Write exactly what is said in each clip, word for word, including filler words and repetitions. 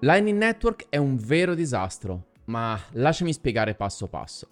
Lightning Network è un vero disastro, ma lasciami spiegare passo passo.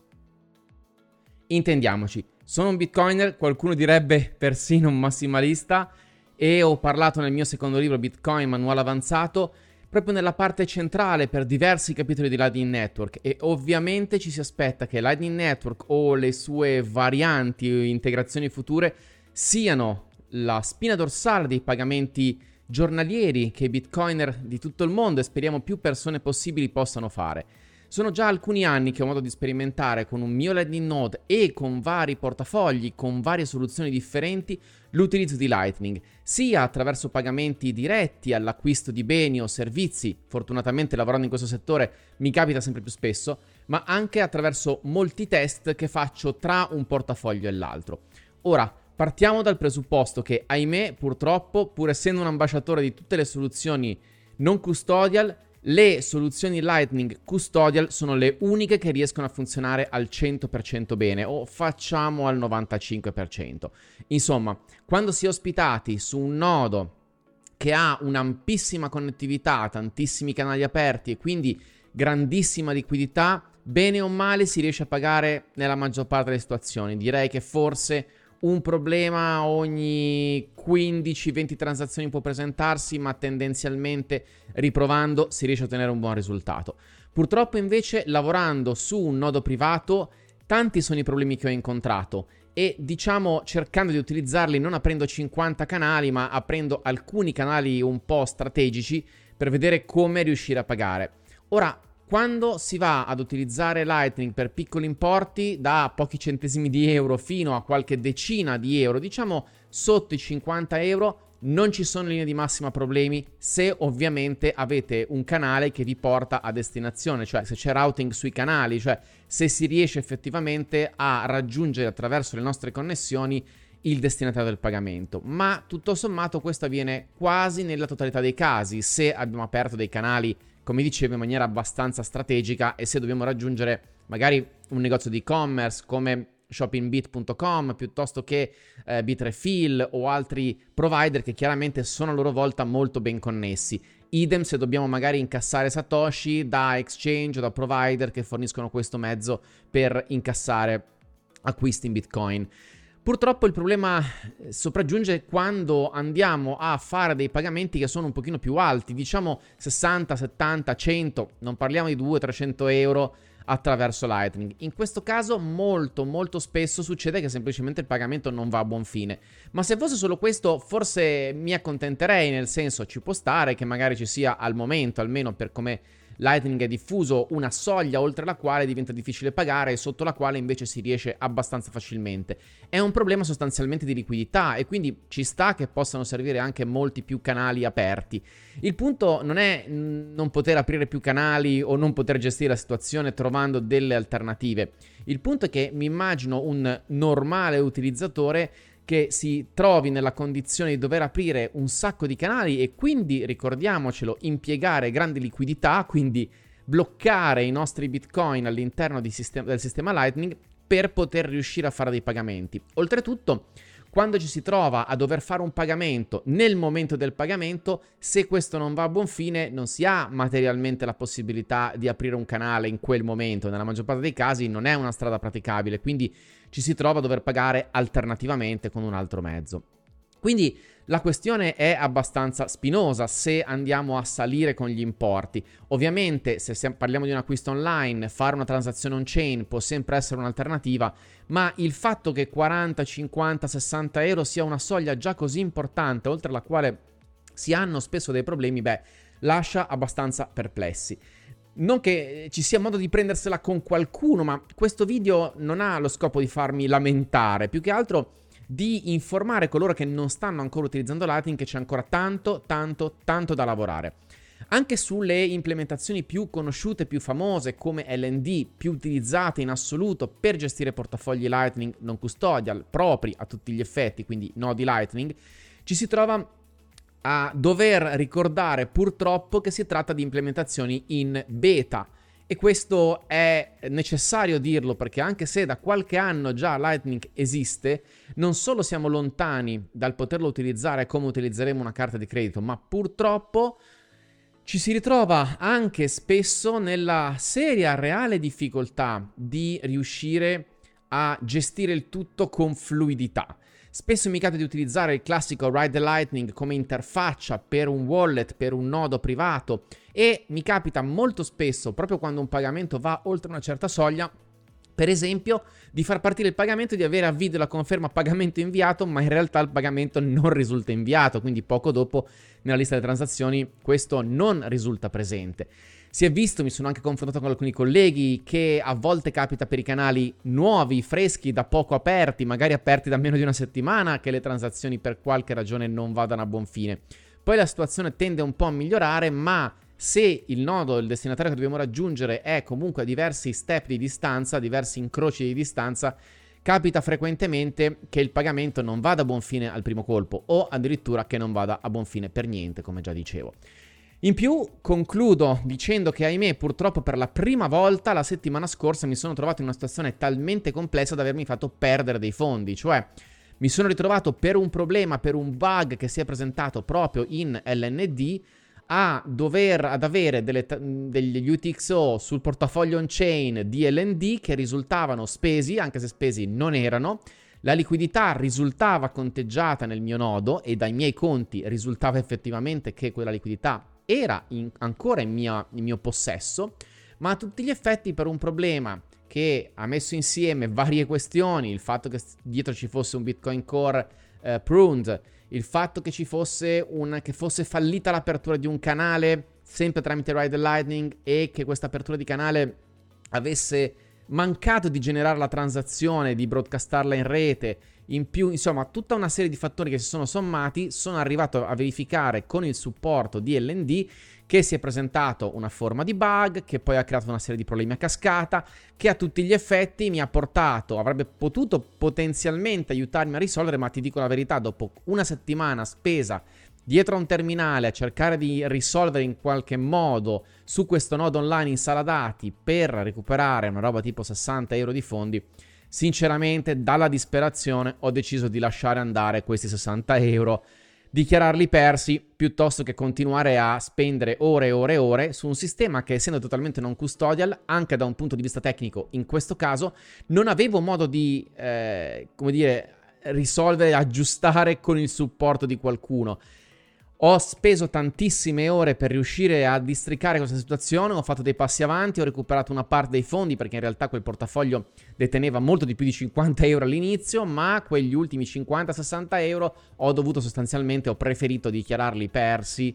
Intendiamoci, sono un bitcoiner, qualcuno direbbe persino un massimalista, e ho parlato nel mio secondo libro Bitcoin Manuale Avanzato proprio nella parte centrale per diversi capitoli di Lightning Network, e ovviamente ci si aspetta che Lightning Network o le sue varianti o integrazioni future siano la spina dorsale dei pagamenti giornalieri che i bitcoiner di tutto il mondo, e speriamo più persone possibili, possano fare. Sono già alcuni anni che ho modo di sperimentare con un mio Lightning Node e con vari portafogli, con varie soluzioni differenti, l'utilizzo di Lightning, sia attraverso pagamenti diretti all'acquisto di beni o servizi, fortunatamente lavorando in questo settore mi capita sempre più spesso, ma anche attraverso molti test che faccio tra un portafoglio e l'altro. Ora, partiamo dal presupposto che, ahimè, purtroppo, pur essendo un ambasciatore di tutte le soluzioni non custodial, le soluzioni Lightning custodial sono le uniche che riescono a funzionare al cento per cento bene, o facciamo al novantacinque per cento. Insomma, quando si è ospitati su un nodo che ha un'ampissima connettività, tantissimi canali aperti e quindi grandissima liquidità, bene o male si riesce a pagare nella maggior parte delle situazioni. Direi che forse un problema ogni quindici venti transazioni può presentarsi, ma tendenzialmente riprovando si riesce a ottenere un buon risultato. Purtroppo invece, lavorando su un nodo privato, tanti sono i problemi che ho incontrato, e diciamo cercando di utilizzarli non aprendo cinquanta canali, ma aprendo alcuni canali un po' strategici per vedere come riuscire a pagare. Ora, quando si va ad utilizzare Lightning per piccoli importi, da pochi centesimi di euro fino a qualche decina di euro, diciamo sotto i cinquanta euro, non ci sono linee di massima problemi, se ovviamente avete un canale che vi porta a destinazione, cioè se c'è routing sui canali, cioè se si riesce effettivamente a raggiungere attraverso le nostre connessioni il destinatario del pagamento. Ma tutto sommato questo avviene quasi nella totalità dei casi, se abbiamo aperto dei canali, come dicevo, in maniera abbastanza strategica, e se dobbiamo raggiungere magari un negozio di e-commerce come shoppingbit punto com piuttosto che eh, Bitrefill o altri provider che chiaramente sono a loro volta molto ben connessi. Idem se dobbiamo magari incassare Satoshi da exchange o da provider che forniscono questo mezzo per incassare acquisti in Bitcoin. Purtroppo il problema sopraggiunge quando andiamo a fare dei pagamenti che sono un pochino più alti, diciamo sessanta, settanta, cento, non parliamo di duecento trecento euro attraverso Lightning. In questo caso molto molto spesso succede che semplicemente il pagamento non va a buon fine, ma se fosse solo questo forse mi accontenterei, nel senso ci può stare che magari ci sia al momento, almeno per come Lightning è diffuso, una soglia oltre la quale diventa difficile pagare e sotto la quale invece si riesce abbastanza facilmente. È un problema sostanzialmente di liquidità, e quindi ci sta che possano servire anche molti più canali aperti. Il punto non è non poter aprire più canali o non poter gestire la situazione trovando delle alternative. Il punto è che mi immagino un normale utilizzatore che si trovi nella condizione di dover aprire un sacco di canali e quindi, ricordiamocelo, impiegare grandi liquidità, quindi bloccare i nostri bitcoin all'interno di sistema, del sistema Lightning per poter riuscire a fare dei pagamenti. Oltretutto, quando ci si trova a dover fare un pagamento nel momento del pagamento, se questo non va a buon fine, non si ha materialmente la possibilità di aprire un canale in quel momento. Nella maggior parte dei casi non è una strada praticabile, quindi ci si trova a dover pagare alternativamente con un altro mezzo. Quindi la questione è abbastanza spinosa se andiamo a salire con gli importi. Ovviamente se parliamo di un acquisto online, fare una transazione on-chain può sempre essere un'alternativa, ma il fatto che quaranta, cinquanta, sessanta euro sia una soglia già così importante, oltre la quale si hanno spesso dei problemi, beh, lascia abbastanza perplessi. Non che ci sia modo di prendersela con qualcuno, ma questo video non ha lo scopo di farmi lamentare, più che altro di informare coloro che non stanno ancora utilizzando Lightning che c'è ancora tanto, tanto, tanto da lavorare. Anche sulle implementazioni più conosciute, più famose, come L N D, più utilizzate in assoluto per gestire portafogli Lightning non custodial, propri a tutti gli effetti, quindi nodi Lightning, ci si trova a dover ricordare purtroppo che si tratta di implementazioni in beta. E questo è necessario dirlo perché anche se da qualche anno già Lightning esiste, non solo siamo lontani dal poterlo utilizzare come utilizzeremo una carta di credito, ma purtroppo ci si ritrova anche spesso nella seria, reale difficoltà di riuscire a gestire il tutto con fluidità. Spesso mi capita di utilizzare il classico Ride the Lightning come interfaccia per un wallet, per un nodo privato, e mi capita molto spesso, proprio quando un pagamento va oltre una certa soglia, per esempio, di far partire il pagamento e di avere a video la conferma pagamento inviato, ma in realtà il pagamento non risulta inviato, quindi poco dopo nella lista delle transazioni questo non risulta presente. Si è visto, mi sono anche confrontato con alcuni colleghi, che a volte capita per i canali nuovi, freschi, da poco aperti, magari aperti da meno di una settimana, che le transazioni per qualche ragione non vadano a buon fine. Poi la situazione tende un po' a migliorare, ma se il nodo, il destinatario che dobbiamo raggiungere è comunque a diversi step di distanza, diversi incroci di distanza, capita frequentemente che il pagamento non vada a buon fine al primo colpo, o addirittura che non vada a buon fine per niente, come già dicevo. In più, concludo dicendo che, ahimè, purtroppo per la prima volta la settimana scorsa mi sono trovato in una situazione talmente complessa da avermi fatto perdere dei fondi, cioè mi sono ritrovato per un problema, per un bug che si è presentato proprio in L N D, a dover ad avere delle, degli U T X O sul portafoglio on-chain di L N D che risultavano spesi, anche se spesi non erano. La liquidità risultava conteggiata nel mio nodo e dai miei conti risultava effettivamente che quella liquidità era in, ancora in, mia, in mio possesso, ma a tutti gli effetti per un problema che ha messo insieme varie questioni, il fatto che dietro ci fosse un Bitcoin Core eh, pruned, il fatto che ci fosse un, che fosse fallita l'apertura di un canale sempre tramite Ride the Lightning e che questa apertura di canale avesse mancato di generare la transazione, di broadcastarla in rete. In più, insomma, tutta una serie di fattori che si sono sommati, sono arrivato a verificare con il supporto di L N D che si è presentato una forma di bug, che poi ha creato una serie di problemi a cascata, che a tutti gli effetti mi ha portato, avrebbe potuto potenzialmente aiutarmi a risolvere, ma ti dico la verità, dopo una settimana spesa dietro a un terminale a cercare di risolvere in qualche modo su questo nodo online in sala dati per recuperare una roba tipo sessanta euro di fondi, sinceramente dalla disperazione ho deciso di lasciare andare questi sessanta euro, dichiararli persi, piuttosto che continuare a spendere ore e ore e ore su un sistema che, essendo totalmente non custodial, anche da un punto di vista tecnico in questo caso, non avevo modo di, eh, come dire, risolvere, aggiustare con il supporto di qualcuno. Ho speso tantissime ore per riuscire a districare questa situazione, ho fatto dei passi avanti, ho recuperato una parte dei fondi perché in realtà quel portafoglio deteneva molto di più di cinquanta euro all'inizio, ma quegli ultimi cinquanta sessanta euro ho dovuto sostanzialmente, ho preferito dichiararli persi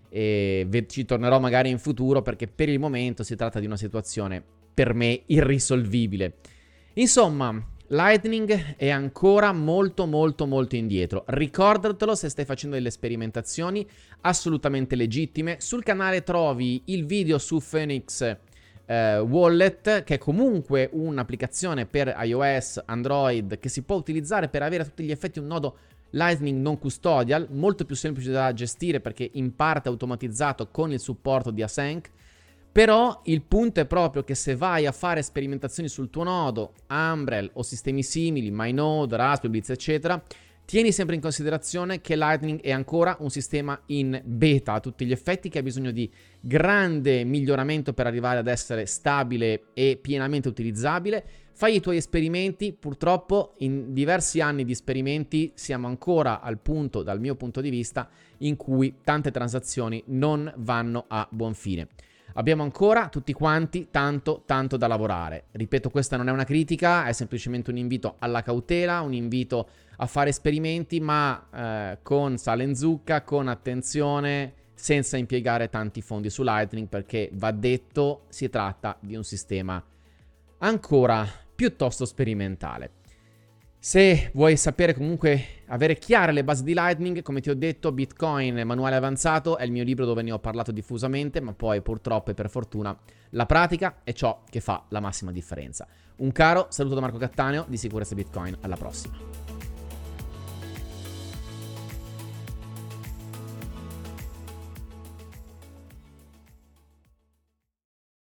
e ci tornerò magari in futuro perché per il momento si tratta di una situazione per me irrisolvibile. Insomma, Lightning è ancora molto molto molto indietro. Ricordatelo se stai facendo delle sperimentazioni assolutamente legittime. Sul canale trovi il video su Phoenix eh, Wallet, che è comunque un'applicazione per iOS, Android, che si può utilizzare per avere a tutti gli effetti un nodo Lightning non custodial, molto più semplice da gestire perché in parte automatizzato con il supporto di Async. Però il punto è proprio che se vai a fare sperimentazioni sul tuo nodo, Umbrel o sistemi simili, MyNode, Raspberry Blitz, eccetera, tieni sempre in considerazione che Lightning è ancora un sistema in beta a tutti gli effetti, che ha bisogno di grande miglioramento per arrivare ad essere stabile e pienamente utilizzabile. Fai i tuoi esperimenti, purtroppo in diversi anni di esperimenti siamo ancora al punto, dal mio punto di vista, in cui tante transazioni non vanno a buon fine. Abbiamo ancora tutti quanti tanto tanto da lavorare. Ripeto, questa non è una critica, è semplicemente un invito alla cautela, un invito a fare esperimenti, ma eh, con sale in zucca, con attenzione, senza impiegare tanti fondi su Lightning, perché va detto si tratta di un sistema ancora piuttosto sperimentale. Se vuoi sapere, comunque avere chiare le basi di Lightning, come ti ho detto, Bitcoin Manuale Avanzato è il mio libro dove ne ho parlato diffusamente, ma poi purtroppo e per fortuna la pratica è ciò che fa la massima differenza. Un caro saluto da Marco Cattaneo di Sicurezza Bitcoin, alla prossima.